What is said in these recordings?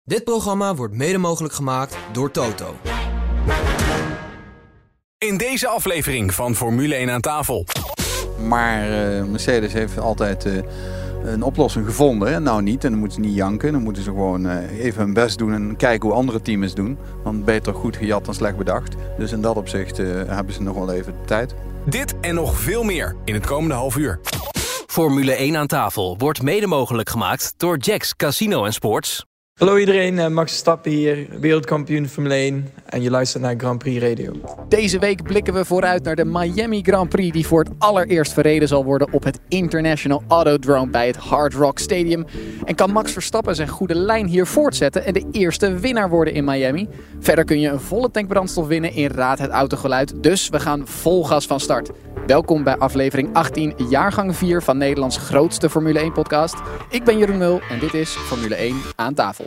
Dit programma wordt mede mogelijk gemaakt door Toto. In deze aflevering van Formule 1 aan tafel. Maar Mercedes heeft altijd een oplossing gevonden. Hè? Nou niet, en dan moeten ze niet janken. Dan moeten ze gewoon even hun best doen en kijken hoe andere teams doen. Want beter goed gejat dan slecht bedacht. Dus in dat opzicht hebben ze nog wel even de tijd. Dit en nog veel meer in het komende half uur. Formule 1 aan tafel wordt mede mogelijk gemaakt door Jack's Casino en Sports. Hallo iedereen, Max Verstappen hier, wereldkampioen Formule 1 en je luistert naar Grand Prix Radio. Deze week blikken we vooruit naar de Miami Grand Prix die voor het allereerst verreden zal worden op het International Autodrome bij het Hard Rock Stadium. En kan Max Verstappen zijn goede lijn hier voortzetten en de eerste winnaar worden in Miami? Verder kun je een volle tank brandstof winnen in Raad het Autogeluid, dus we gaan vol gas van start. Welkom bij aflevering 18, jaargang 4 van Nederlands grootste Formule 1 podcast. Ik ben Jeroen Mul en dit is Formule 1 aan tafel.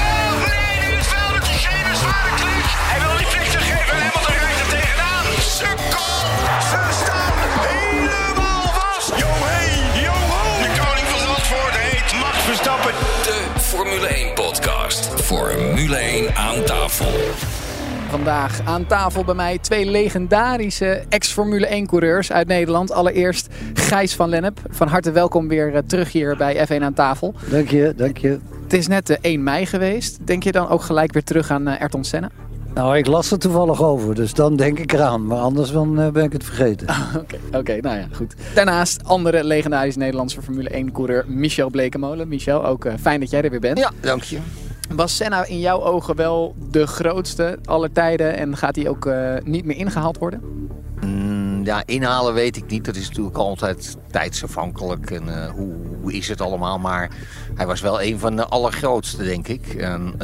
Hij wil die vliegtuig geven en Hamilton rijdt er tegenaan. Sukkel, ze staan helemaal vast. Yo hey, yo ho. De koning van Zandvoort heet Max Verstappen. De Formule 1 podcast. Formule 1 aan tafel. Vandaag aan tafel bij mij twee legendarische ex-Formule 1-coureurs uit Nederland. Allereerst Gijs van Lennep. Van harte welkom weer terug hier bij F1 aan tafel. Dank je. Het is net 1 mei geweest. Denk je dan ook gelijk weer terug aan Ayrton Senna? Nou, ik las er toevallig over, dus dan denk ik eraan. Maar anders dan ben ik het vergeten. Oké, nou ja, goed. Daarnaast andere legendarische Nederlandse Formule 1-coureur Michel Blekemolen. Michel, ook fijn dat jij er weer bent. Ja, dank je. Was Senna in jouw ogen wel de grootste aller tijden en gaat hij ook niet meer ingehaald worden? Ja, inhalen weet ik niet. Dat is natuurlijk altijd tijdsafhankelijk. En hoe is het allemaal? Maar hij was wel een van de allergrootste, denk ik. En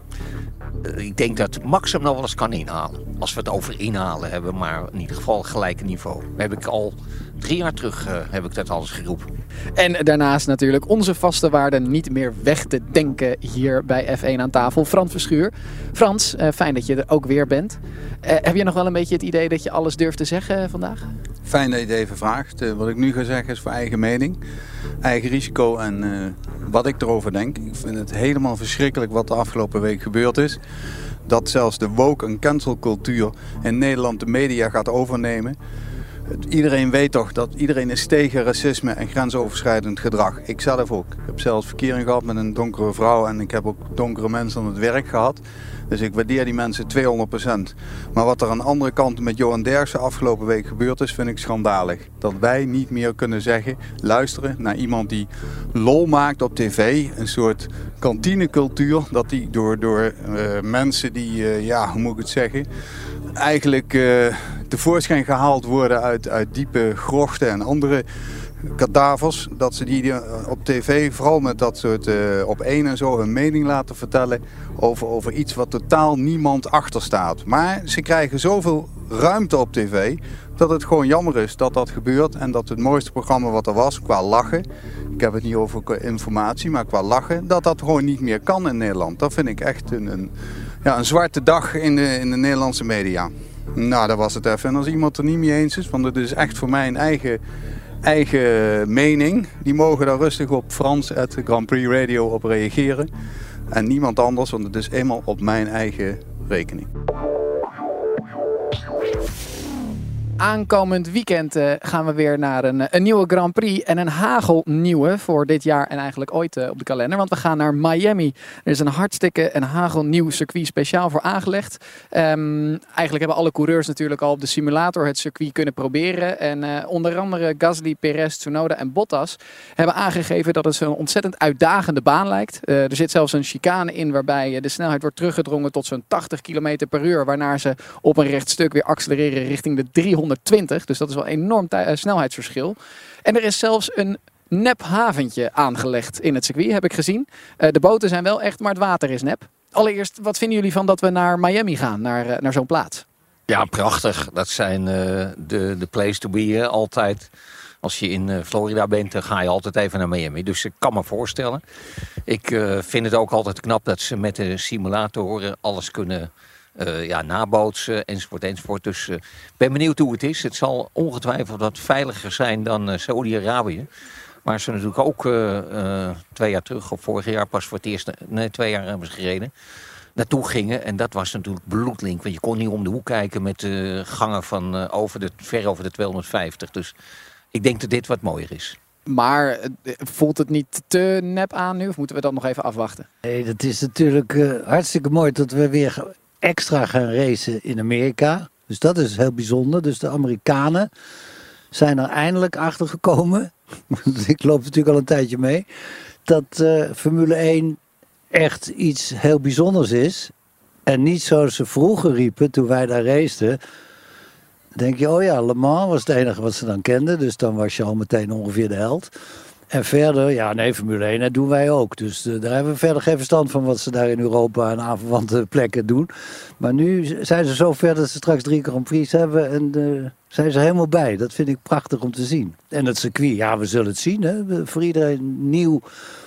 ik denk dat Max hem nog wel eens kan inhalen. Als we het over inhalen hebben, maar in ieder geval gelijke niveau. Heb ik al 3 jaar terug heb ik dat alles geroepen. En daarnaast natuurlijk onze vaste waarde niet meer weg te denken hier bij F1 aan tafel. Frans Verschuur. Frans, fijn dat je er ook weer bent. Heb je nog wel een beetje het idee dat je alles durft te zeggen vandaag? Fijn dat je het even vraagt. Wat ik nu ga zeggen is voor eigen mening. Eigen risico en wat ik erover denk. Ik vind het helemaal verschrikkelijk wat de afgelopen week gebeurd is. Dat zelfs de woke- en cancelcultuur in Nederland de media gaat overnemen. Iedereen weet toch dat iedereen is tegen racisme en grensoverschrijdend gedrag. Ik zelf ook. Ik heb zelfs verkering gehad met een donkere vrouw en ik heb ook donkere mensen aan het werk gehad. Dus ik waardeer die mensen 200%. Maar wat er aan de andere kant met Johan Derksen afgelopen week gebeurd is, vind ik schandalig. Dat wij niet meer kunnen zeggen, luisteren naar iemand die lol maakt op tv. Een soort kantinecultuur, dat die door mensen die, hoe moet ik het zeggen, eigenlijk tevoorschijn gehaald worden uit diepe grochten en andere kadavers. Dat ze die op tv, vooral met dat soort op 1 en zo, hun mening laten vertellen over iets wat totaal niemand achter staat. Maar ze krijgen zoveel ruimte op tv dat het gewoon jammer is dat dat gebeurt. En dat het mooiste programma wat er was, qua lachen, ik heb het niet over informatie, maar qua lachen, dat gewoon niet meer kan in Nederland. Dat vind ik echt een zwarte dag in de Nederlandse media. Nou, dat was het even. En als iemand er niet mee eens is, want het is echt voor mij een eigen mening, die mogen daar rustig op Grand Prix Radio op reageren. En niemand anders, want het is eenmaal op mijn eigen rekening. Aankomend weekend gaan we weer naar een nieuwe Grand Prix en een hagelnieuwe voor dit jaar en eigenlijk ooit op de kalender. Want we gaan naar Miami. Er is een hartstikke hagelnieuw circuit speciaal voor aangelegd. Eigenlijk hebben alle coureurs natuurlijk al op de simulator het circuit kunnen proberen. En onder andere Gasly, Perez, Tsunoda en Bottas hebben aangegeven dat het zo'n ontzettend uitdagende baan lijkt. Er zit zelfs een chicane in waarbij de snelheid wordt teruggedrongen tot zo'n 80 km per uur. Waarna ze op een rechtstuk weer accelereren richting de 320. Dus dat is wel een enorm snelheidsverschil. En er is zelfs een nep haventje aangelegd in het circuit, heb ik gezien. De boten zijn wel echt, maar het water is nep. Allereerst, wat vinden jullie van dat we naar Miami gaan, naar zo'n plaats? Ja, prachtig. Dat zijn de place to be altijd. Als je in Florida bent, dan ga je altijd even naar Miami. Dus ik kan me voorstellen. Ik vind het ook altijd knap dat ze met de simulatoren alles kunnen nabootsen, enzovoort. Dus ik ben benieuwd hoe het is. Het zal ongetwijfeld wat veiliger zijn dan Saudi-Arabië. Waar ze natuurlijk ook 2 jaar terug, of vorig jaar pas voor het eerst... Nee, 2 jaar hebben ze gereden. Naartoe gingen. En dat was natuurlijk bloedlink. Want je kon niet om de hoek kijken met gangen van ver over de 250. Dus ik denk dat dit wat mooier is. Maar voelt het niet te nep aan nu? Of moeten we dat nog even afwachten? Nee, dat is natuurlijk hartstikke mooi dat we weer extra gaan racen in Amerika. Dus dat is heel bijzonder. Dus de Amerikanen zijn er eindelijk achter gekomen. Ik loop natuurlijk al een tijdje mee. Dat Formule 1 echt iets heel bijzonders is. En niet zoals ze vroeger riepen toen wij daar raceten. Denk je, oh ja, Le Mans was het enige wat ze dan kenden. Dus dan was je al meteen ongeveer de held. En verder, ja nee, Formule 1, dat doen wij ook. Dus daar hebben we verder geen verstand van wat ze daar in Europa en aanverwante plekken doen. Maar nu zijn ze zo ver dat ze straks 3 Grand Prix hebben en zijn ze helemaal bij. Dat vind ik prachtig om te zien. En het circuit, ja, we zullen het zien. Hè? Voor iedereen nieuw.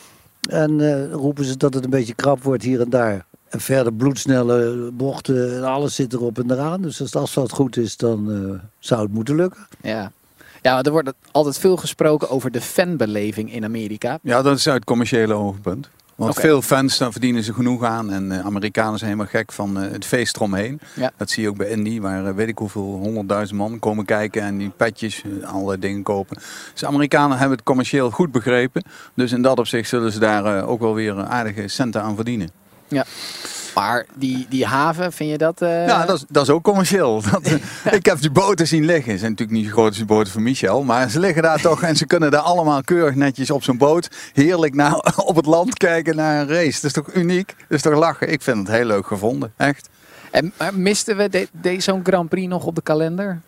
En roepen ze dat het een beetje krap wordt hier en daar. En verder bloedsnelle bochten en alles zit erop en eraan. Dus als het asfalt goed is, dan zou het moeten lukken. Ja. Ja, er wordt altijd veel gesproken over de fanbeleving in Amerika. Ja, dat is uit het commerciële oogpunt. Want veel fans, daar verdienen ze genoeg aan. En Amerikanen zijn helemaal gek van het feest eromheen. Ja. Dat zie je ook bij Indy, waar weet ik hoeveel 100.000 man komen kijken en die petjes, allerlei dingen kopen. Dus Amerikanen hebben het commercieel goed begrepen. Dus in dat opzicht zullen ze daar ook wel weer aardige centen aan verdienen. Ja. Maar die haven, vind je dat... Ja, dat is ook commercieel. Ik heb die boten zien liggen. Ze zijn natuurlijk niet zo groot als die boten van Michel. Maar ze liggen daar toch en ze kunnen daar allemaal keurig netjes op zo'n boot heerlijk op het land kijken naar een race. Dat is toch uniek? Dat is toch lachen? Ik vind het heel leuk gevonden. Echt. En misten we zo'n Grand Prix nog op de kalender?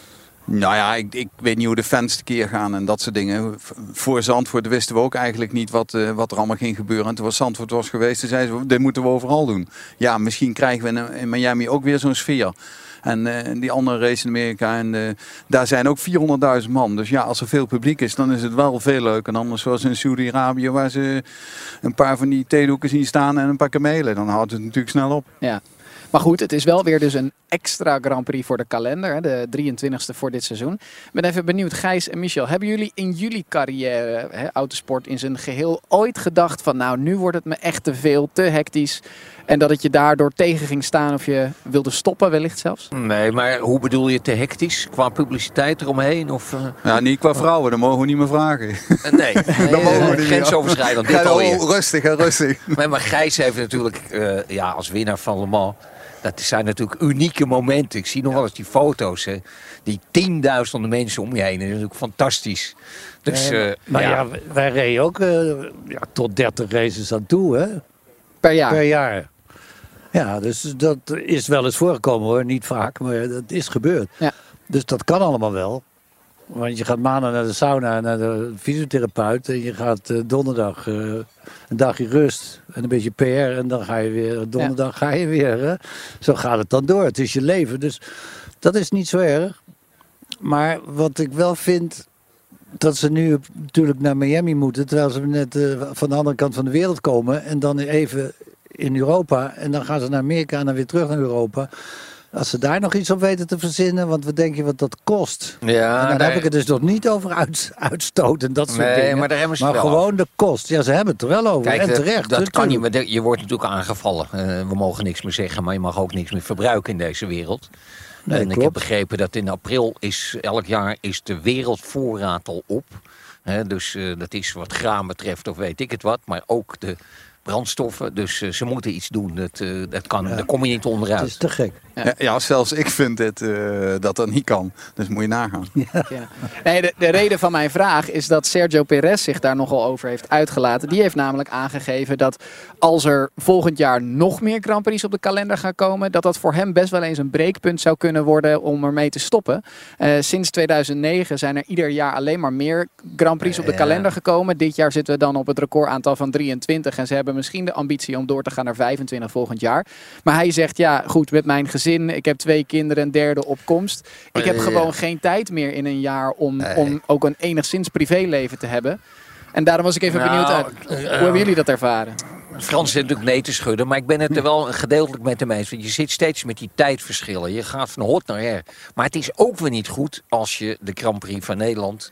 Nou ja, ik weet niet hoe de fans tekeer gaan en dat soort dingen. Voor Zandvoort wisten we ook eigenlijk niet wat er allemaal ging gebeuren. En toen was Zandvoort was geweest, toen zeiden ze, dit moeten we overal doen. Ja, misschien krijgen we in Miami ook weer zo'n sfeer. En die andere race in Amerika, en daar zijn ook 400.000 man. Dus ja, als er veel publiek is, dan is het wel veel leuker. En anders zoals in Saudi-Arabië, waar ze een paar van die theedoeken zien staan en een paar kamelen. Dan houdt het natuurlijk snel op. Ja. Maar goed, het is wel weer dus een extra Grand Prix voor de kalender. Hè, de 23e voor dit seizoen. Ik ben even benieuwd, Gijs en Michel. Hebben jullie in jullie carrière, autosport in zijn geheel, ooit gedacht van nou, nu wordt het me echt te veel, te hectisch. En dat het je daardoor tegen ging staan of je wilde stoppen wellicht zelfs? Nee, maar hoe bedoel je te hectisch? Qua publiciteit eromheen? Of, Ja, niet qua vrouwen, dat mogen we niet meer vragen. Nee, dat mogen we niet grensoverschrijdend. Rustig. Maar Gijs heeft natuurlijk, als winnaar van Le Mans, dat zijn natuurlijk unieke momenten. Ik zie nog wel eens die foto's, hè. Die 10.000 mensen om je heen. Dat is natuurlijk fantastisch. Dus, wij reden ook tot 30 races aan toe, hè? Per jaar. Ja, dus dat is wel eens voorgekomen hoor. Niet vaak, maar dat is gebeurd. Ja. Dus dat kan allemaal wel. Want je gaat maandag naar de sauna, naar de fysiotherapeut. En je gaat donderdag een dagje rust en een beetje PR. En dan ga je weer, donderdag ga je weer. Hè? Zo gaat het dan door. Het is je leven. Dus dat is niet zo erg. Maar wat ik wel vind, dat ze nu natuurlijk naar Miami moeten. Terwijl ze net van de andere kant van de wereld komen. En dan even in Europa. En dan gaan ze naar Amerika en dan weer terug naar Europa. Als ze daar nog iets op weten te verzinnen, want wat denk je wat dat kost? Ja, en dan heb ik het dus nog niet over uitstoot en dat soort dingen. Maar daar hebben ze maar wel gewoon de kost. Ja, ze hebben het er wel over. Kijk, en terecht. Dat kan niet, maar je wordt natuurlijk aangevallen. We mogen niks meer zeggen, maar je mag ook niks meer verbruiken in deze wereld. Nee, en klopt. ik heb begrepen dat in april elk jaar is de wereldvoorraad al op. Dus dat is wat graan betreft of weet ik het wat. Maar ook de brandstoffen. Dus ze moeten iets doen. Dat kan. Daar kom je niet onderuit. Het is te gek. Ja, zelfs ik vind dat dat niet kan. Dus moet je nagaan. Ja. Nee, de reden van mijn vraag is dat Sergio Perez zich daar nogal over heeft uitgelaten. Die heeft namelijk aangegeven dat als er volgend jaar nog meer Grand Prix op de kalender gaan komen, dat voor hem best wel eens een breekpunt zou kunnen worden om ermee te stoppen. Sinds 2009 zijn er ieder jaar alleen maar meer Grand Prix op de kalender gekomen. Dit jaar zitten we dan op het recordaantal van 23 en ze hebben misschien de ambitie om door te gaan naar 25 volgend jaar. Maar hij zegt, ja goed, met mijn gezin, ik heb 2 kinderen, een derde op komst. Ik heb gewoon geen tijd meer in een jaar om ook een enigszins privéleven te hebben. En daarom was ik even benieuwd hoe hebben jullie dat ervaren? Frans zit natuurlijk nee te schudden, maar ik ben het er wel gedeeltelijk met hem eens. Want je zit steeds met die tijdverschillen. Je gaat van hot naar her. Maar het is ook weer niet goed als je de Grand Prix van Nederland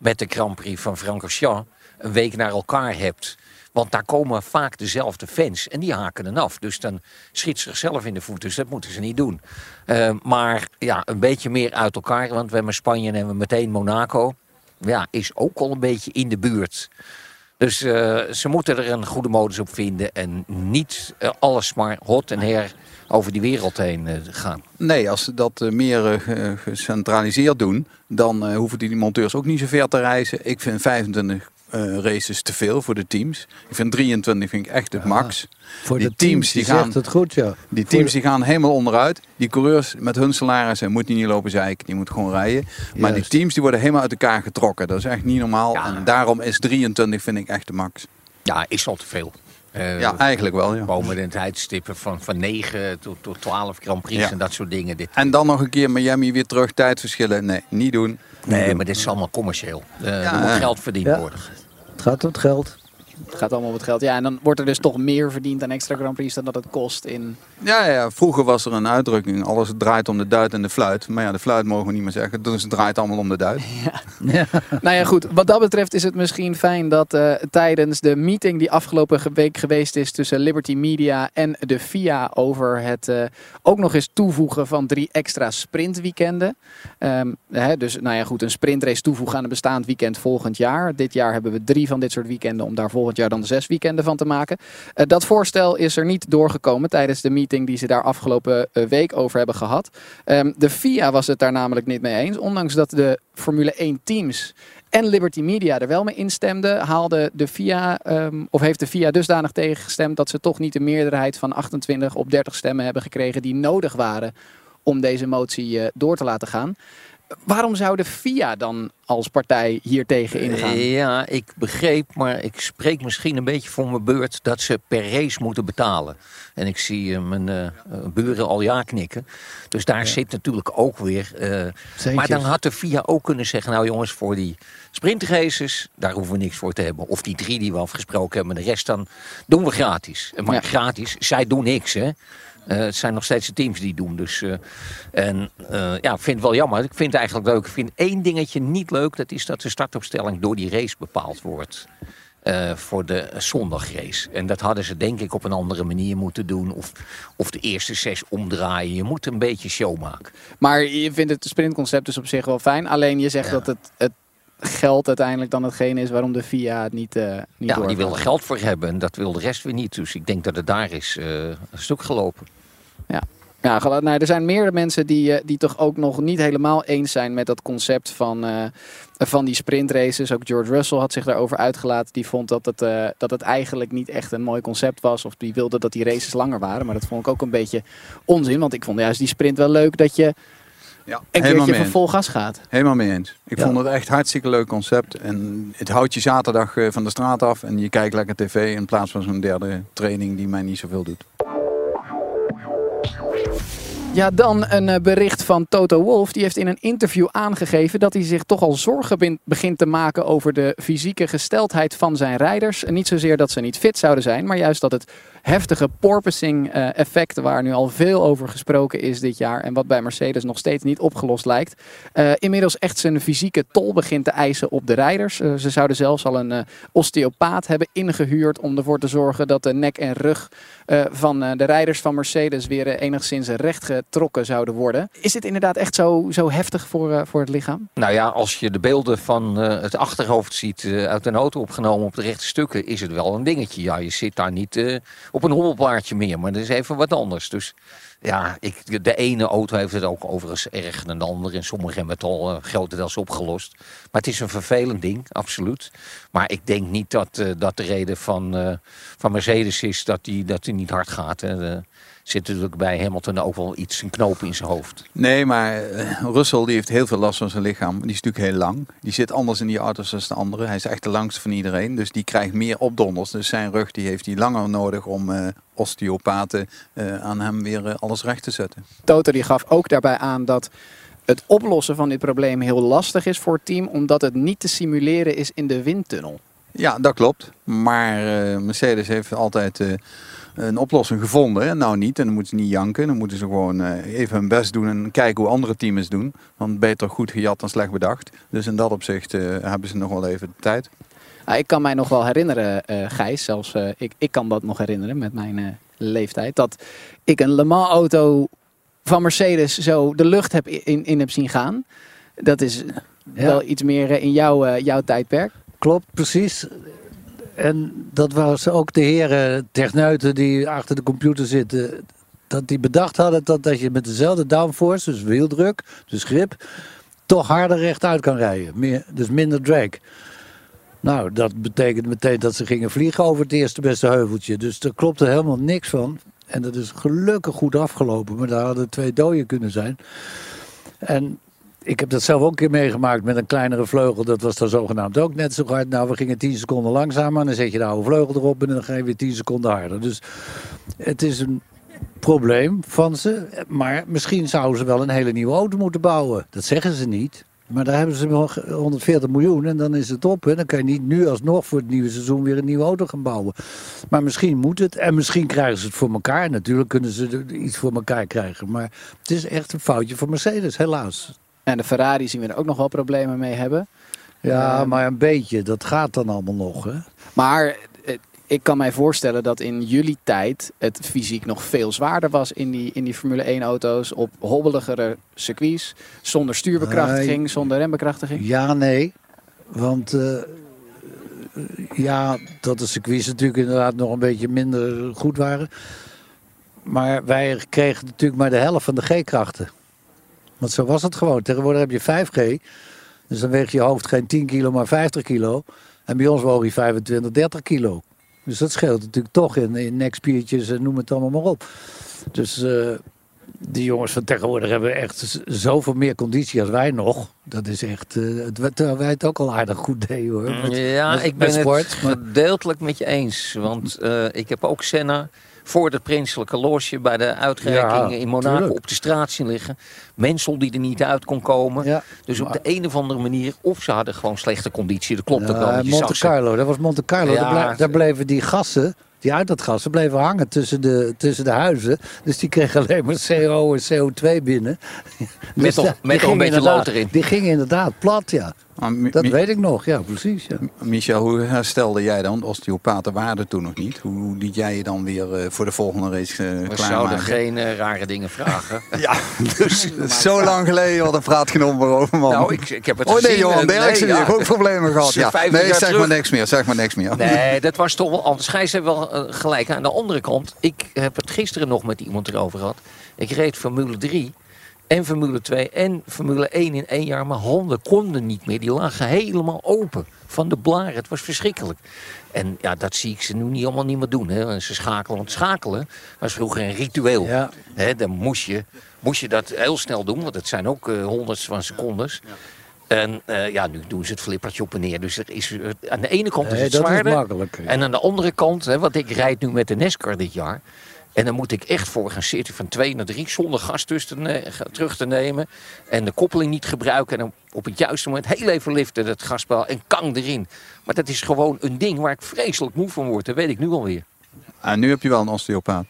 met de Grand Prix van Francorchamps een week naar elkaar hebt. Want daar komen vaak dezelfde fans en die haken dan af. Dus dan schiet ze zichzelf in de voet. Dus dat moeten ze niet doen. Maar ja, een beetje meer uit elkaar. Want we hebben Spanje en hebben meteen Monaco. Ja, is ook al een beetje in de buurt. Dus ze moeten er een goede modus op vinden. En niet alles maar hot en her over die wereld heen gaan. Nee, als ze dat meer gecentraliseerd doen, dan hoeven die monteurs ook niet zo ver te reizen. Ik vind 25 races te veel voor de teams. Ik vind 23 vind ik echt het max. Voor die de teams die gaan het goed, ja. Die teams die gaan helemaal onderuit. Die coureurs met hun salarissen moeten niet lopen zeiken, die moeten gewoon rijden. Maar Juist. die teams die worden helemaal uit elkaar getrokken. Dat is echt niet normaal. Ja. En daarom is 23 vind ik echt de max. Ja, is al te veel. Ja, eigenlijk wel. Ja. Komen in tijdstippen van 9 tot 12 Grand Prix en dat soort dingen. En dan nog een keer Miami weer terug, tijdverschillen. Nee, niet doen. Nee, maar dit is allemaal commercieel. Er moet geld verdiend worden. Het gaat om het geld. Het gaat allemaal om het geld. Ja, en dan wordt er dus toch meer verdiend aan extra Grand Prix dan dat het kost in... Ja, vroeger was er een uitdrukking. Alles draait om de duit en de fluit. Maar ja, de fluit mogen we niet meer zeggen. Dus het draait allemaal om de duit. Ja. Nou ja, goed. Wat dat betreft is het misschien fijn dat tijdens de meeting die afgelopen week geweest is tussen Liberty Media en de FIA over het ook nog eens toevoegen van 3 extra sprintweekenden. Dus nou ja, goed, een sprintrace toevoegen aan een bestaand weekend volgend jaar. Dit jaar hebben we 3 van dit soort weekenden om daar volgend jaar dan 6 weekenden van te maken. Dat voorstel is er niet doorgekomen tijdens de meeting die ze daar afgelopen week over hebben gehad. De FIA was het daar namelijk niet mee eens. Ondanks dat de Formule 1 teams en Liberty Media er wel mee instemden, haalde de FIA, heeft de FIA dusdanig tegengestemd dat ze toch niet de meerderheid van 28 op 30 stemmen hebben gekregen die nodig waren om deze motie door te laten gaan. Waarom zou de FIA dan als partij hier tegen ingaan? Ja, ik begreep, maar ik spreek misschien een beetje voor mijn beurt dat ze per race moeten betalen. En ik zie mijn buren al ja knikken. Dus daar zit natuurlijk ook weer... maar dan had de FIA ook kunnen zeggen, nou jongens, voor die sprintraces, daar hoeven we niks voor te hebben. Of die 3 die we afgesproken hebben, de rest dan doen we gratis. Maar gratis, zij doen niks, hè. Het zijn nog steeds de teams die het doen. Dus, ik vind het wel jammer. Ik vind het eigenlijk leuk. Ik vind 1 dingetje niet leuk. Dat is dat de startopstelling door die race bepaald wordt. Voor de zondagrace. En dat hadden ze denk ik op een andere manier moeten doen. Of de eerste 6 omdraaien. Je moet een beetje show maken. Maar je vindt het sprintconcept dus op zich wel fijn. Alleen je zegt dat het geld uiteindelijk dan hetgene is waarom de FIA het niet doorgaat. Die wil er geld voor hebben. En dat wil de rest weer niet. Dus ik denk dat het daar is een stuk gelopen. Ja, nou, er zijn meerdere mensen die toch ook nog niet helemaal eens zijn met dat concept van die sprintraces. Ook George Russell had zich daarover uitgelaten. Die vond dat het eigenlijk niet echt een mooi concept was. Of die wilde dat die races langer waren. Maar dat vond ik ook een beetje onzin. Want ik vond juist die sprint wel leuk dat je een keertje van vol gas gaat. Helemaal mee eens. Ik vond het echt hartstikke leuk concept. En het houdt je zaterdag van de straat af. En je kijkt lekker tv in plaats van zo'n derde training die mij niet zoveel doet. Ja, dan een bericht van Toto Wolff. Die heeft in een interview aangegeven dat hij zich toch al zorgen begint te maken over de fysieke gesteldheid van zijn rijders. En niet zozeer dat ze niet fit zouden zijn, maar juist dat het heftige porpoising effect, waar nu al veel over gesproken is dit jaar en wat bij Mercedes nog steeds niet opgelost lijkt, inmiddels echt zijn fysieke tol begint te eisen op de rijders. Ze zouden zelfs al een osteopaat hebben ingehuurd om ervoor te zorgen dat de nek en rug van de rijders van Mercedes weer enigszins recht getrokken zouden worden. Is dit inderdaad echt zo heftig voor het lichaam? Nou ja, als je de beelden van het achterhoofd ziet uit een auto opgenomen op de rechte stukken, is het wel een dingetje. Ja, je zit daar niet op een hobbelpaardje meer, maar dat is even wat anders. Dus ja, de ene auto heeft het ook overigens erger dan de andere. En sommigen hebben het al grotendeels opgelost. Maar het is een vervelend ding, absoluut. Maar ik denk niet dat de reden van Mercedes is dat hij niet hard gaat. Hè. Zit natuurlijk bij Hamilton ook wel een knoop in zijn hoofd. Nee, maar Russell die heeft heel veel last van zijn lichaam. Die is natuurlijk heel lang. Die zit anders in die auto's dan de andere. Hij is echt de langste van iedereen. Dus die krijgt meer opdonders. Dus zijn rug die heeft hij langer nodig om osteopaten aan hem weer alles recht te zetten. Toto die gaf ook daarbij aan dat het oplossen van dit probleem heel lastig is voor het team, omdat het niet te simuleren is in de windtunnel. Ja, dat klopt. Maar Mercedes heeft altijd een oplossing gevonden. En nou niet. En dan moeten ze niet janken. Dan moeten ze gewoon even hun best doen en kijken hoe andere teams doen. Want beter goed gejat dan slecht bedacht. Dus in dat opzicht hebben ze nog wel even de tijd. Ik kan mij nog wel herinneren, Gijs, zelfs ik kan dat nog herinneren met mijn leeftijd, dat ik een Le Mans auto van Mercedes zo de lucht in heb zien gaan. Dat is wel iets meer in jouw tijdperk. Klopt, precies. En dat was ook de heren techneuten die achter de computer zitten, dat die bedacht hadden dat je met dezelfde downforce, dus wieldruk, dus grip, toch harder rechtuit kan rijden. Dus minder drag. Nou, dat betekent meteen dat ze gingen vliegen over het eerste beste heuveltje. Dus daar klopte helemaal niks van. En dat is gelukkig goed afgelopen. Maar daar hadden 2 doden kunnen zijn. En ik heb dat zelf ook een keer meegemaakt met een kleinere vleugel. Dat was dan zogenaamd ook net zo hard. Nou, we gingen 10 seconden langzamer. En dan zet je de oude vleugel erop en dan ga je weer 10 seconden harder. Dus het is een probleem van ze. Maar misschien zouden ze wel een hele nieuwe auto moeten bouwen. Dat zeggen ze niet. Maar daar hebben ze nog 140 miljoen en dan is het op. Hè? Dan kan je niet nu alsnog voor het nieuwe seizoen weer een nieuwe auto gaan bouwen. Maar misschien moet het. En misschien krijgen ze het voor elkaar. Natuurlijk kunnen ze iets voor elkaar krijgen. Maar het is echt een foutje voor Mercedes, helaas. En de Ferrari zien we er ook nog wel problemen mee hebben. Ja, maar een beetje. Dat gaat dan allemaal nog. Hè? Maar ik kan mij voorstellen dat in jullie tijd het fysiek nog veel zwaarder was in die Formule 1 auto's. Op hobbeligere circuits. Zonder stuurbekrachtiging, zonder rembekrachtiging. Ja, nee. Want dat de circuits natuurlijk inderdaad nog een beetje minder goed waren. Maar wij kregen natuurlijk maar de helft van de G-krachten. Want zo was het gewoon. Tegenwoordig heb je 5G. Dus dan weegt je hoofd geen 10 kilo, maar 50 kilo. En bij ons woog je 25, 30 kilo. Dus dat scheelt natuurlijk toch in nekspiertjes en noem het allemaal maar op. Dus die jongens van tegenwoordig hebben echt zoveel meer conditie als wij nog. Dat is echt, terwijl wij het ook al aardig goed deden hoor. Ik ben het gedeeltelijk met je eens. Want ik heb ook Senna voor het prinselijke loge bij de uitreiking in Monaco tuurlijk op de straat zien liggen. Mensel die er niet uit kon komen. Ja, dus op de een of andere manier, of ze hadden gewoon slechte conditie. Dat klopt ook wel. Monte Carlo, dat was Monte Carlo. Ja, daar bleven die gassen, die uitlaatgassen, bleven hangen tussen de huizen. Dus die kregen alleen maar CO en CO2 binnen. Met nog een beetje lood erin. Die gingen inderdaad plat, ja. Dat weet ik nog, ja, precies. Ja. Michel, hoe herstelde jij dan? Osteopaten waren toen nog niet. Hoe liet jij je dan weer voor de volgende race klaarmaken? We zouden geen rare dingen vragen. Ja, dus zo lang geleden, wat een praat geen om over, man. Nou, ik heb het gezien. Nee, Johan Derksen, die heeft ook problemen gehad. Ja. Nee, zeg maar niks meer. Nee, dat was toch wel anders. Gijs heeft wel gelijk. Aan de andere kant, ik heb het gisteren nog met iemand erover gehad. Ik reed Formule 3... en Formule 2 en Formule 1 in 1 jaar. Mijn handen konden niet meer. Die lagen helemaal open van de blaren. Het was verschrikkelijk. En ja, dat zie ik ze nu allemaal niet meer doen. Hè. Ze schakelen. Want schakelen was vroeger een ritueel. Ja. Hè, dan moest je dat heel snel doen. Want het zijn ook honderdsten van secondes. Ja. En nu doen ze het flippertje op en neer. Dus er is, aan de ene kant is het zwaarder. Makkelijk, ja. En aan de andere kant, want ik rijd nu met de NASCAR dit jaar. En dan moet ik echt voor gaan zitten van 2 naar 3 zonder gas terug te nemen. En de koppeling niet gebruiken. En dan op het juiste moment heel even liften, het gaspedaal en kang erin. Maar dat is gewoon een ding waar ik vreselijk moe van word. Dat weet ik nu alweer. En nu heb je wel een osteopaat.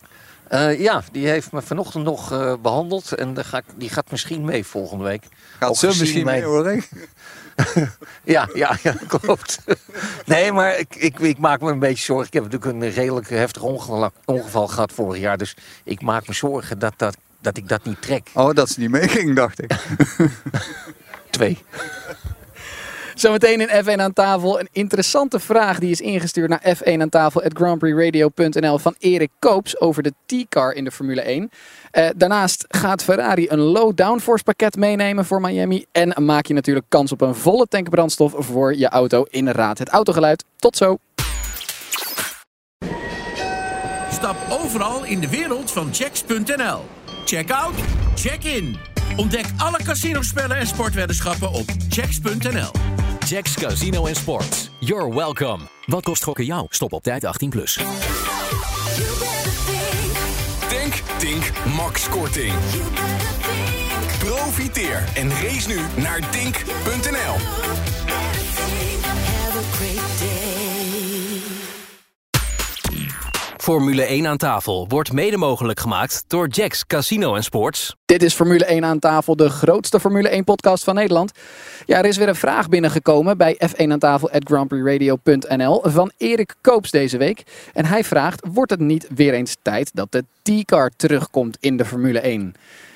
Die heeft me vanochtend nog behandeld. En die gaat misschien mee volgende week. Gaat ze misschien mee hoor? Ja, klopt. Nee, maar ik maak me een beetje zorgen. Ik heb natuurlijk een redelijk heftig ongeval gehad vorig jaar. Dus ik maak me zorgen dat ik dat niet trek. Oh, dat ze niet meeging, dacht ik. 2. Zometeen in F1 aan tafel. Een interessante vraag die is ingestuurd naar F1 aan tafel@grandprixradio.nl van Erik Koops over de T-car in de Formule 1. Daarnaast gaat Ferrari een low downforce pakket meenemen voor Miami. En maak je natuurlijk kans op een volle tank brandstof voor je auto in Raad het Autogeluid. Tot zo! Stap overal in de wereld van Checks.nl. Check out, check in. Ontdek alle casinospellen en sportweddenschappen op Checks.nl. Checks Casino en Sport. You're welcome. Wat kost gokken jou? Stop op tijd 18+. Tink Max Korting. Profiteer en race nu naar Tink.nl. Formule 1 aan tafel wordt mede mogelijk gemaakt door Jack's Casino en Sports. Dit is Formule 1 aan tafel, de grootste Formule 1 podcast van Nederland. Ja, er is weer een vraag binnengekomen bij F1 aan tafel @grandprixradio.nl van Erik Koops deze week. En hij vraagt, wordt het niet weer eens tijd dat de T-car terugkomt in de Formule 1?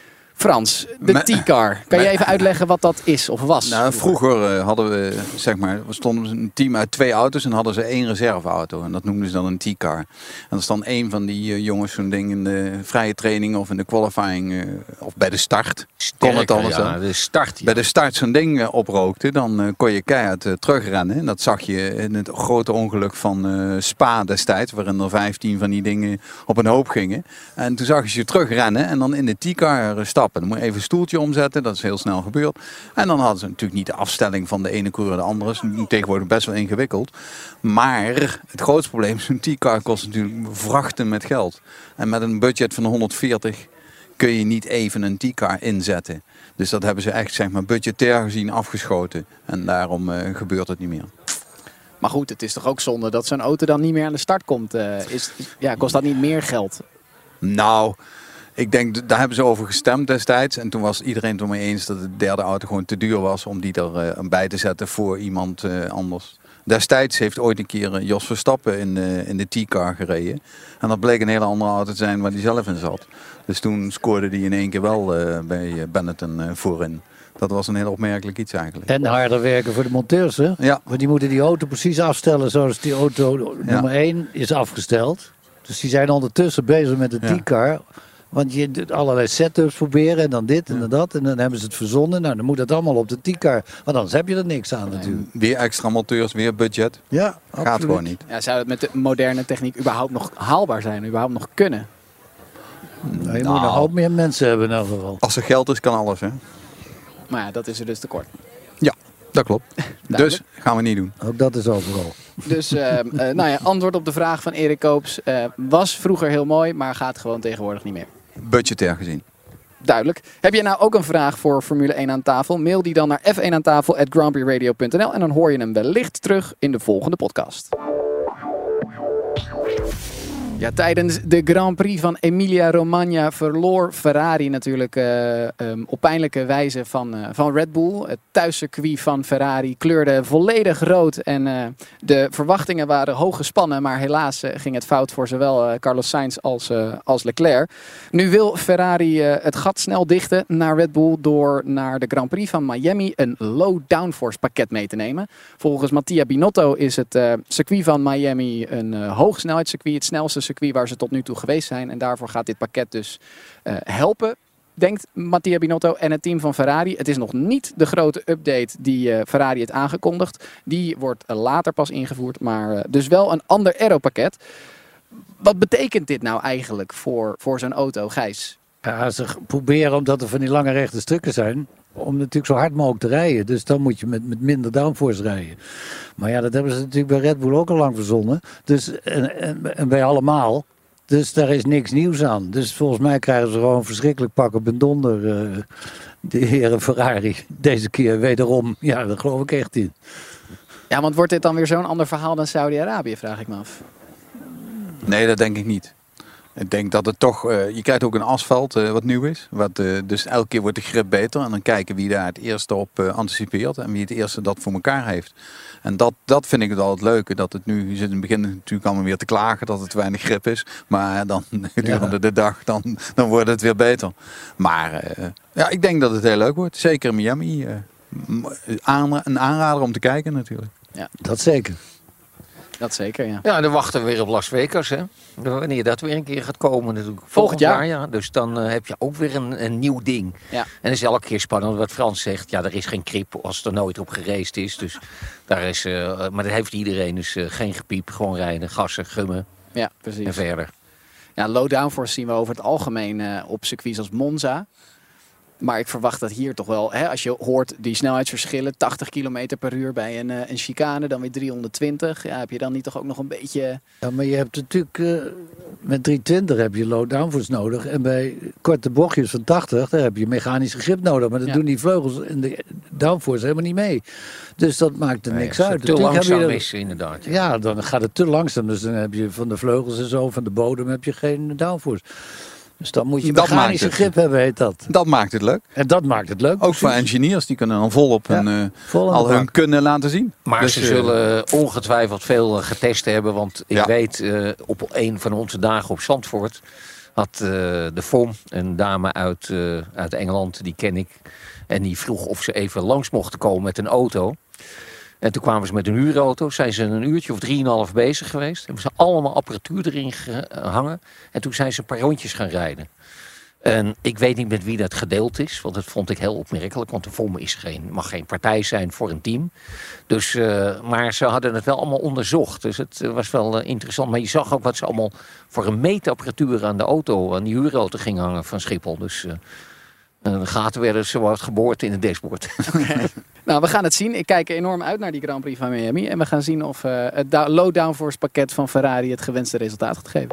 Frans, de T-car. Kan je even uitleggen wat dat is of was? Nou, vroeger hadden we, we stonden een team uit 2 auto's en hadden ze 1 reserveauto. En dat noemden ze dan een T-car. En dat is dan een van die jongens zo'n ding in de vrije training of in de qualifying of bij de start. Kon het alles de start. Ja. Bij de start zo'n ding oprookte, dan kon je keihard terugrennen. En dat zag je in het grote ongeluk van Spa destijds, waarin er 15 van die dingen op een hoop gingen. En toen zag je ze terugrennen en dan in de T-car stappen. Dan moet je even een stoeltje omzetten, dat is heel snel gebeurd. En dan hadden ze natuurlijk niet de afstelling van de ene coureur de andere. Dat is tegenwoordig best wel ingewikkeld. Maar het grootste probleem is, een T-car kost natuurlijk vrachten met geld. En met een budget van 140 kun je niet even een T-car inzetten. Dus dat hebben ze echt budgetair gezien afgeschoten. En daarom gebeurt het niet meer. Maar goed, het is toch ook zonde dat zo'n auto dan niet meer aan de start komt. Kost dat niet meer geld? Nou, ik denk, daar hebben ze over gestemd destijds. En toen was iedereen het ermee eens dat de derde auto gewoon te duur was om die er bij te zetten voor iemand anders. Destijds heeft ooit een keer Jos Verstappen in de T-car gereden. En dat bleek een hele andere auto te zijn waar hij zelf in zat. Dus toen scoorde hij in één keer wel bij Benetton voorin. Dat was een heel opmerkelijk iets eigenlijk. En harder werken voor de monteurs, hè? Ja. Want die moeten die auto precies afstellen zoals die auto nummer 1 is afgesteld. Dus die zijn ondertussen bezig met de T-car. Want je doet allerlei setups proberen en dan dit en dan dat. En dan hebben ze het verzonnen. Nou, dan moet dat allemaal op de T-car. Want anders heb je er niks aan natuurlijk. Weer extra monteurs, weer budget. Ja, gaat absoluut. gewoon niet. Ja, zou het met de moderne techniek überhaupt nog haalbaar zijn? Überhaupt nog kunnen? Nou, je moet een hoop meer mensen hebben in elk geval. Als er geld is, kan alles, hè? Maar ja, dat is er dus tekort. Ja, dat klopt. Dus gaan we niet doen. Ook dat is overal. Dus antwoord op de vraag van Erik Koops. Was vroeger heel mooi, maar gaat gewoon tegenwoordig niet meer. Budgetair gezien. Duidelijk. Heb je nou ook een vraag voor Formule 1 aan tafel? Mail die dan naar f1aantafel@grandprixradio.nl en dan hoor je hem wellicht terug in de volgende podcast. Ja, tijdens de Grand Prix van Emilia-Romagna verloor Ferrari natuurlijk op pijnlijke wijze van Red Bull. Het thuiscircuit van Ferrari kleurde volledig rood en de verwachtingen waren hoog gespannen. Maar helaas ging het fout voor zowel Carlos Sainz als Leclerc. Nu wil Ferrari het gat snel dichten naar Red Bull door naar de Grand Prix van Miami een low downforce pakket mee te nemen. Volgens Mattia Binotto is het circuit van Miami een hoogsnelheidscircuit, het snelste circuit waar ze tot nu toe geweest zijn. En daarvoor gaat dit pakket dus helpen, denkt Mattia Binotto en het team van Ferrari. Het is nog niet de grote update die Ferrari heeft aangekondigd. Die wordt later pas ingevoerd, maar dus wel een ander aeropakket. Wat betekent dit nou eigenlijk voor zo'n auto, Gijs? Ja, ze proberen, omdat er van die lange rechte stukken zijn, om natuurlijk zo hard mogelijk te rijden. Dus dan moet je met minder downforce rijden. Maar ja, dat hebben ze natuurlijk bij Red Bull ook al lang verzonnen. Dus, en bij allemaal. Dus daar is niks nieuws aan. Dus volgens mij krijgen ze gewoon verschrikkelijk pak op een donder. De heren Ferrari. Deze keer wederom. Ja, daar geloof ik echt in. Ja, want wordt dit dan weer zo'n ander verhaal dan Saudi-Arabië, vraag ik me af. Nee, dat denk ik niet. Ik denk dat het toch, je krijgt ook een asfalt wat nieuw is. Dus elke keer wordt de grip beter. En dan kijken wie daar het eerste op anticipeert. En wie het eerste dat voor elkaar heeft. En dat vind ik het altijd leuke. Dat het nu, je zit in het begin natuurlijk allemaal weer te klagen dat het weinig grip is. Maar dan gedurende de dag, dan wordt het weer beter. Maar ik denk dat het heel leuk wordt. Zeker in Miami. Een aanrader om te kijken natuurlijk. Ja. Dat zeker. Dat zeker, ja. Ja, dan wachten we weer op Las Vegas, hè. Wanneer dat weer een keer gaat komen natuurlijk. Volgend jaar. Ja. Dus dan heb je ook weer een nieuw ding. Ja. En het is elke keer spannend wat Frans zegt. Ja, er is geen grip als er nooit op geraced is. Dus daar is, maar dat heeft iedereen. Dus geen gepiep, gewoon rijden, gassen, gummen. Ja, precies. En verder. Ja, low downforce zien we over het algemeen op circuits als Monza. Maar ik verwacht dat hier toch wel, als je hoort die snelheidsverschillen, 80 km per uur bij een chicane, dan weer 320. Ja, heb je dan niet toch ook nog een beetje... Ja, maar je hebt natuurlijk, met 320 heb je low downforce nodig. En bij korte bochtjes van 80, daar heb je mechanische grip nodig. Maar dat doen die vleugels downforce helemaal niet mee. Dus dat maakt er niks uit. Te langzaam is inderdaad. Ja, dan gaat het te langzaam. Dus dan heb je van de vleugels en zo, van de bodem heb je geen downforce. Dus dan moet je mechanische grip hebben, heet dat. Dat maakt het leuk. En dat maakt het leuk. Ook voor engineers, die kunnen dan volop hun kunnen laten zien. Maar dus, ze zullen ongetwijfeld veel getest hebben. Want ik weet, op een van onze dagen op Zandvoort had de FOM, een dame uit Engeland, die ken ik. En die vroeg of ze even langs mochten komen met een auto. En toen kwamen ze met een huurauto. Zijn ze een uurtje of 3,5 bezig geweest. Hebben ze allemaal apparatuur erin gehangen. En toen zijn ze een paar rondjes gaan rijden. En ik weet niet met wie dat gedeeld is. Want dat vond ik heel opmerkelijk. Want de FOM mag geen partij zijn voor een team. Dus, maar ze hadden het wel allemaal onderzocht. Dus het was wel interessant. Maar je zag ook wat ze allemaal voor een meetapparatuur aan de auto, aan die huurauto ging hangen van Schiphol. Dus de gaten werden zowat geboord in het dashboard. Okay. Nou, we gaan het zien. Ik kijk enorm uit naar die Grand Prix van Miami. En we gaan zien of het low downforce pakket van Ferrari het gewenste resultaat gaat geven.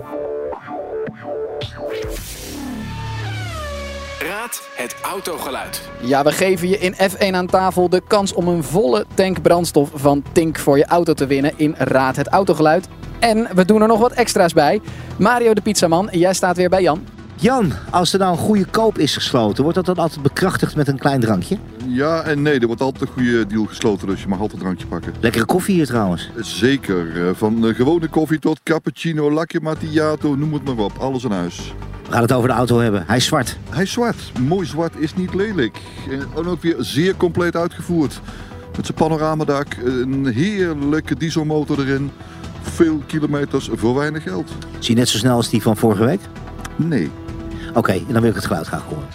Raad het autogeluid. Ja, we geven je in F1 aan tafel de kans om een volle tank brandstof van Tink voor je auto te winnen in Raad het autogeluid. En we doen er nog wat extra's bij. Mario de Pizzaman, jij staat weer bij Jan. Jan, als er nou een goede koop is gesloten, wordt dat dan altijd bekrachtigd met een klein drankje? Ja en nee, er wordt altijd een goede deal gesloten, dus je mag altijd een drankje pakken. Lekkere koffie hier trouwens. Zeker, van gewone koffie tot cappuccino, latte macchiato, noem het maar op, alles in huis. We gaan het over de auto hebben. Hij is zwart. Hij is zwart. Mooi zwart is niet lelijk. En ook weer zeer compleet uitgevoerd. Met zijn panoramadak, een heerlijke dieselmotor erin. Veel kilometers voor weinig geld. Zie je net zo snel als die van vorige week? Nee. Oké, dan wil ik het geluid graag horen.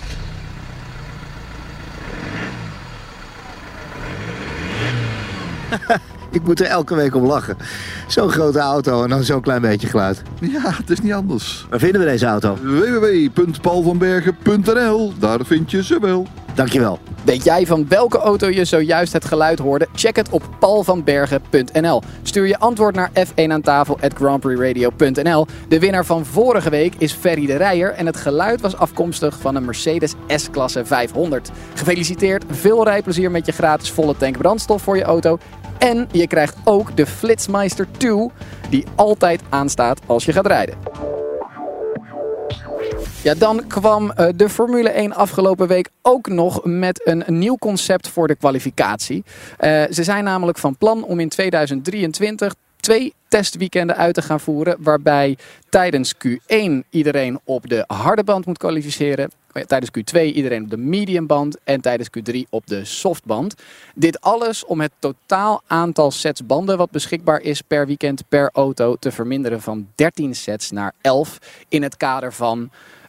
Ik moet er elke week om lachen. Zo'n grote auto en dan zo'n klein beetje geluid. Ja, het is niet anders. Waar vinden we deze auto? www.paulvanbergen.nl. Daar vind je ze wel. Dankjewel. Weet jij van welke auto je zojuist het geluid hoorde? Check het op paulvanbergen.nl. Stuur je antwoord naar F1 aan tafel@grandprixradio.nl. De winnaar van vorige week is Ferry de Rijer en het geluid was afkomstig van een Mercedes S-klasse 500. Gefeliciteerd, veel rijplezier met je gratis volle tank brandstof voor je auto. En je krijgt ook de Flitsmeister 2, die altijd aanstaat als je gaat rijden. Ja, dan kwam de Formule 1 afgelopen week ook nog met een nieuw concept voor de kwalificatie. Ze zijn namelijk van plan om in 2023 2 testweekenden uit te gaan voeren, waarbij tijdens Q1 iedereen op de harde band moet kwalificeren. Tijdens Q2 iedereen op de mediumband en tijdens Q3 op de softband. Dit alles om het totaal aantal sets banden wat beschikbaar is per weekend per auto te verminderen van 13 sets naar 11 in het kader van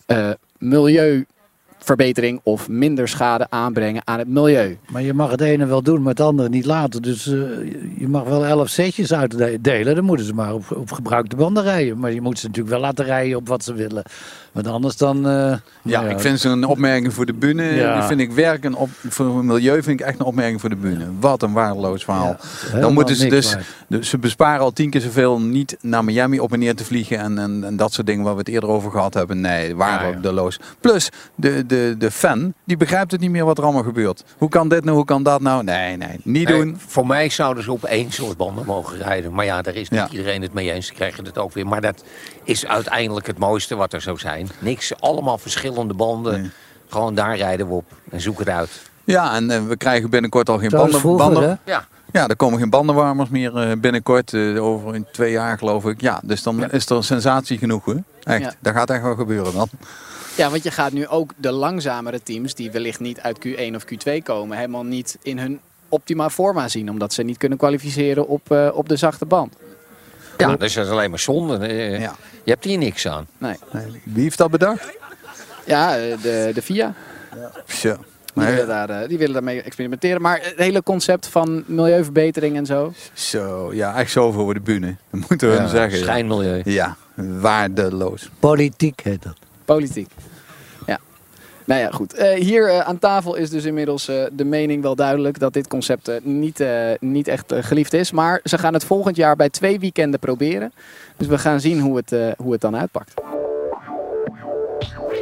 milieuverbetering of minder schade aanbrengen aan het milieu. Maar je mag het ene wel doen, maar het andere niet laten. Dus je mag wel 11 setjes uitdelen. Dan moeten ze maar op gebruikte banden rijden. Maar je moet ze natuurlijk wel laten rijden op wat ze willen. Want anders dan... ik vind zo'n opmerking voor de bühne. Ja. Die vind ik werken voor het milieu vind ik echt een opmerking voor de bühne. Wat een waardeloos verhaal. Ja, dan moeten ze dus ze besparen al 10 keer zoveel niet naar Miami op en neer te vliegen en dat soort dingen waar we het eerder over gehad hebben. Nee, waardeloos. Plus de fan die begrijpt het niet meer wat er allemaal gebeurt. Hoe kan dit nou? Hoe kan dat nou? Nee, niet doen. Voor mij zouden ze op 1 soort banden mogen rijden. Maar ja, daar is niet iedereen het mee eens. Ze krijgen het ook weer. Maar dat is uiteindelijk het mooiste wat er zou zijn. Niks, allemaal verschillende banden. Nee. Gewoon daar rijden we op en zoek het uit. Ja, en we krijgen binnenkort al geen banden. Ja, er komen geen bandenwarmers meer binnenkort. Over in 2 jaar geloof ik. Ja, dus dan is er sensatie genoeg. Hè? Echt, dat gaat echt wel gebeuren dan. Ja, want je gaat nu ook de langzamere teams die wellicht niet uit Q1 of Q2 komen, helemaal niet in hun optima forma zien. Omdat ze niet kunnen kwalificeren op de zachte band. Ja, dat is alleen maar zonde. Je hebt hier niks aan. Nee. Wie heeft dat bedacht? Ja, de FIA. Ja. Die willen daarmee experimenteren. Maar het hele concept van milieuverbetering en zo. Zo, ja, echt zoveel voor de bühne. Dat moeten we zeggen. Schijnmilieu. Ja, waardeloos. Politiek heet dat. Politiek. Ja. Nou ja, goed. Hier aan tafel is dus inmiddels de mening wel duidelijk dat dit concept niet echt geliefd is. Maar ze gaan het volgend jaar bij 2 weekenden proberen. Dus we gaan zien hoe het dan uitpakt.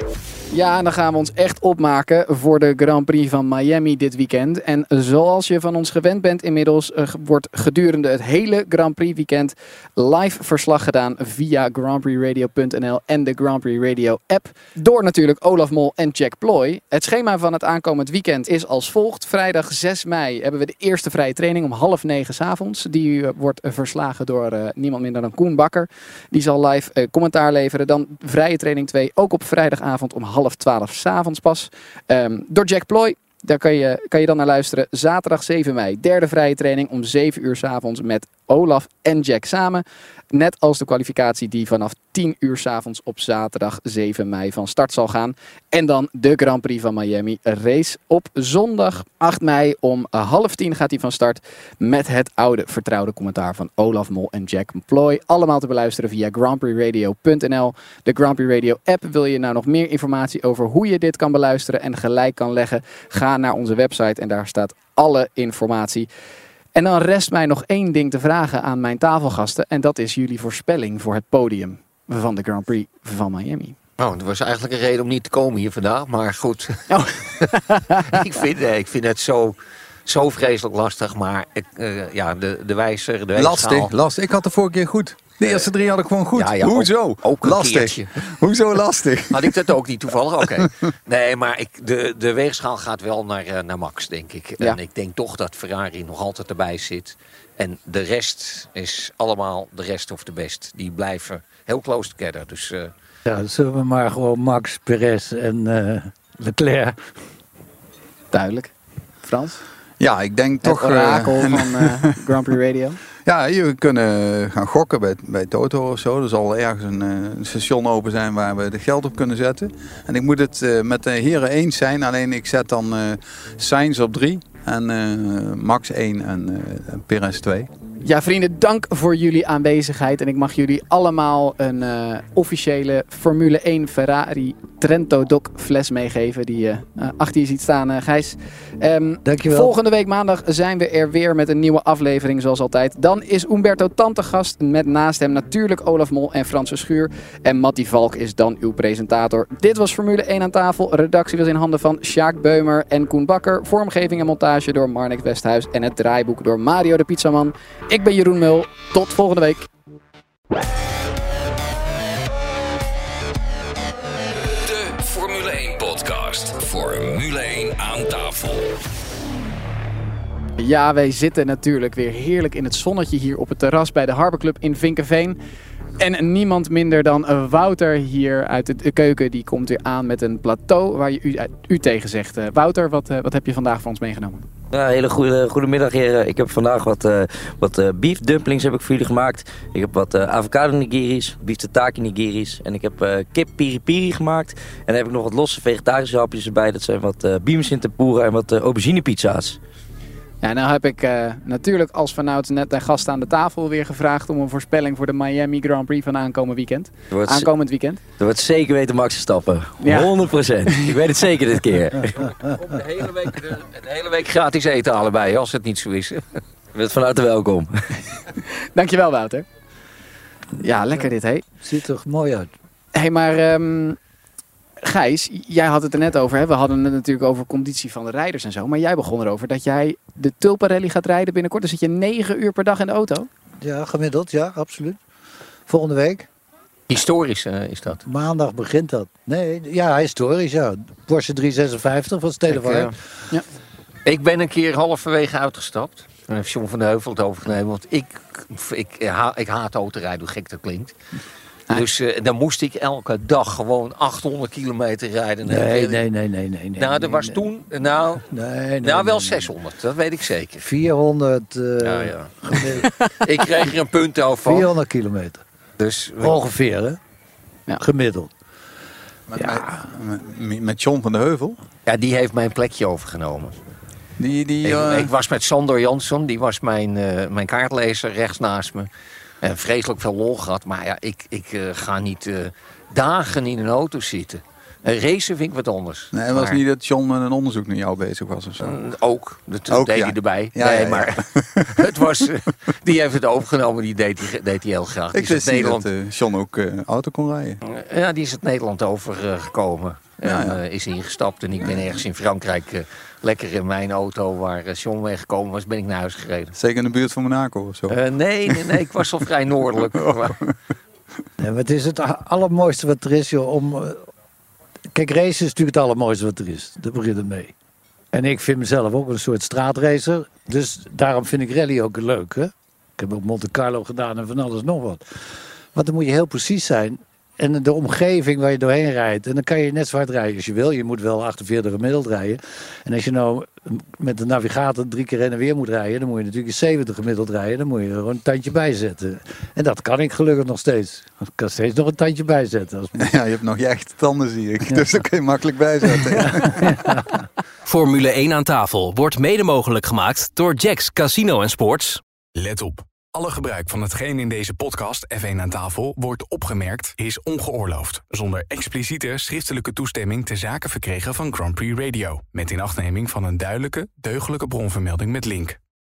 Ja, en dan gaan we ons echt opmaken voor de Grand Prix van Miami dit weekend. En zoals je van ons gewend bent inmiddels, wordt gedurende het hele Grand Prix weekend live verslag gedaan via grandprixradio.nl en de Grand Prix Radio app. Door natuurlijk Olaf Mol en Jack Ploy. Het schema van het aankomend weekend is als volgt. Vrijdag 6 mei hebben we de eerste vrije training om 8:30 s'avonds. Die wordt verslagen door niemand minder dan Koen Bakker. Die zal live commentaar leveren. Dan vrije training 2, ook op vrijdagavond om 11:30 s'avonds pas. Door Jack Ploy. Daar kan je dan naar luisteren. Zaterdag 7 mei. Derde vrije training om 7 uur s'avonds met Olaf en Jack samen. Net als de kwalificatie die vanaf 10 uur s'avonds op zaterdag 7 mei van start zal gaan. En dan de Grand Prix van Miami. Race op zondag 8 mei om 9:30 gaat hij van start. Met het oude vertrouwde commentaar van Olaf Mol en Jack Ploy. Allemaal te beluisteren via grandprixradio.nl. De Grand Prix Radio app. Wil je nou nog meer informatie over hoe je dit kan beluisteren en gelijk kan leggen? Ga naar onze website en daar staat alle informatie. En dan rest mij nog één ding te vragen aan mijn tafelgasten. En dat is jullie voorspelling voor het podium van de Grand Prix van Miami. Nou, dat was eigenlijk een reden om niet te komen hier vandaag. Maar goed, ik vind het zo vreselijk lastig. Maar de wijzer, Lastig. Ik had de vorige keer goed. De eerste 3 had ik gewoon goed. Ja, hoezo? Ook lastig. Hoezo lastig? Had ik dat ook niet toevallig? Oké. Nee, maar de weegschaal gaat wel naar Max, denk ik. Ja. En ik denk toch dat Ferrari nog altijd erbij zit. En de rest is allemaal de rest of the best. Die blijven heel close together. Dus, dan zullen we maar gewoon Max, Perez en Leclerc. Duidelijk. Frans? Ja, ik denk toch... Het orakel van Grand Prix Radio. Ja, je kunnen gaan gokken bij Toto of zo. Er zal ergens een station open zijn waar we het geld op kunnen zetten. En ik moet het met de heren eens zijn. Alleen ik zet dan Sainz op 3 en Max 1 en Perez 2. Ja, vrienden, dank voor jullie aanwezigheid. En ik mag jullie allemaal een officiële Formule 1 Ferrari Trento Doc fles meegeven. Die je achter je ziet staan, Gijs. Dankjewel. Volgende week maandag zijn we er weer met een nieuwe aflevering, zoals altijd. Dan is Umberto Tan te gast met naast hem natuurlijk Olaf Mol en Frans Verschuur. En Mattie Valk is dan uw presentator. Dit was Formule 1 aan tafel. Redactie was in handen van Sjaak Beumer en Koen Bakker. Vormgeving en montage door Marnik Westhuis. En het draaiboek door Mario de Pizzaman. Ik ben Jeroen Mul. Tot volgende week. De Formule 1 podcast. Formule 1 aan tafel. Ja, wij zitten natuurlijk weer heerlijk in het zonnetje hier op het terras bij de Harbor Club in Vinkeveen. En niemand minder dan Wouter hier uit de keuken. Die komt weer aan met een plateau waar je u tegen zegt. Wouter, wat heb je vandaag voor ons meegenomen? Ja, hele goede middag, heren. Ik heb vandaag wat beef dumplings heb ik voor jullie gemaakt. Ik heb wat avocado nigiris, beef tataki nigiris. En ik heb kip piri piri gemaakt. En dan heb ik nog wat losse vegetarische hapjes erbij. Dat zijn wat beams in tempura en wat aubergine pizza's. Ja, nou heb ik natuurlijk als vanouds net de gast aan de tafel weer gevraagd om een voorspelling voor de Miami Grand Prix van aankomend weekend. Er wordt zeker weten Max Verstappen. Ja. 100%. Ik weet het zeker dit keer. de hele week gratis eten allebei, als het niet zo is. Je bent van harte welkom. Dankjewel, Wouter. Ja, lekker dit, hé. Ziet er mooi uit. Hé, maar Gijs, jij had het er net over. Hè? We hadden het natuurlijk over conditie van de rijders en zo. Maar jij begon erover dat jij de Tulpenrally gaat rijden binnenkort. Dan zit je 9 uur per dag in de auto. Ja, gemiddeld. Ja, absoluut. Volgende week. Historisch is dat? Maandag begint dat. Nee, ja, historisch, ja. Porsche 356 van Stedelijk. Ja. Ik ben een keer halverwege uitgestapt. Dan heeft John van de Heuvel het overgenomen. Want ik haat autorijden, hoe gek dat klinkt. Dus dan moest ik elke dag gewoon 800 kilometer rijden. Nee. Nou, dat was toen... wel 600, dat weet ik zeker. 400 ja. Ik kreeg er een punt over. 400 kilometer. Dus, ongeveer, hè? Ja. Gemiddeld. Met John van de Heuvel? Ja, die heeft mijn plekje overgenomen. Ik was met Sander Jansson, die was mijn kaartlezer rechts naast me. Vreselijk veel lol gehad, maar ja, ik ga niet dagen in een auto zitten. Racen vind ik wat anders. Nee, het was niet dat John met een onderzoek naar jou bezig was of zo? Ook, dat deed hij erbij. Ja, maar het was, die heeft het overgenomen, die deed hij heel graag. Ik wist niet dat John ook auto kon rijden. Ja, die is het Nederland overgekomen. En is ingestapt. En ik ben ergens in Frankrijk lekker in mijn auto waar John weggekomen was, ben ik naar huis gereden. Zeker in de buurt van Monaco of zo? Nee, ik was al vrij noordelijk. Nee, het is het allermooiste wat er is, joh. Kijk, racen is natuurlijk het allermooiste wat er is. Daar begint het mee. En ik vind mezelf ook een soort straatracer. Dus daarom vind ik rally ook leuk. Hè? Ik heb ook Monte Carlo gedaan en van alles nog wat. Want dan moet je heel precies zijn. En de omgeving waar je doorheen rijdt. En dan kan je net zo hard rijden als je wil. Je moet wel 48 gemiddeld rijden. En als je nou met de navigator 3 keer heen en weer moet rijden. Dan moet je natuurlijk 70 gemiddeld rijden. Dan moet je er gewoon een tandje bij zetten. En dat kan ik gelukkig nog steeds. Ik kan steeds nog een tandje bijzetten. Ja, je hebt nog je echte tanden, zie ik. Dus dat kun je makkelijk bijzetten. Ja. Formule 1 aan tafel wordt mede mogelijk gemaakt door Jack's Casino Sports. Let op. Alle gebruik van hetgeen in deze podcast F1 aan tafel wordt opgemerkt is ongeoorloofd. Zonder expliciete schriftelijke toestemming ter zake verkregen van Grand Prix Radio. Met inachtneming van een duidelijke, deugdelijke bronvermelding met link.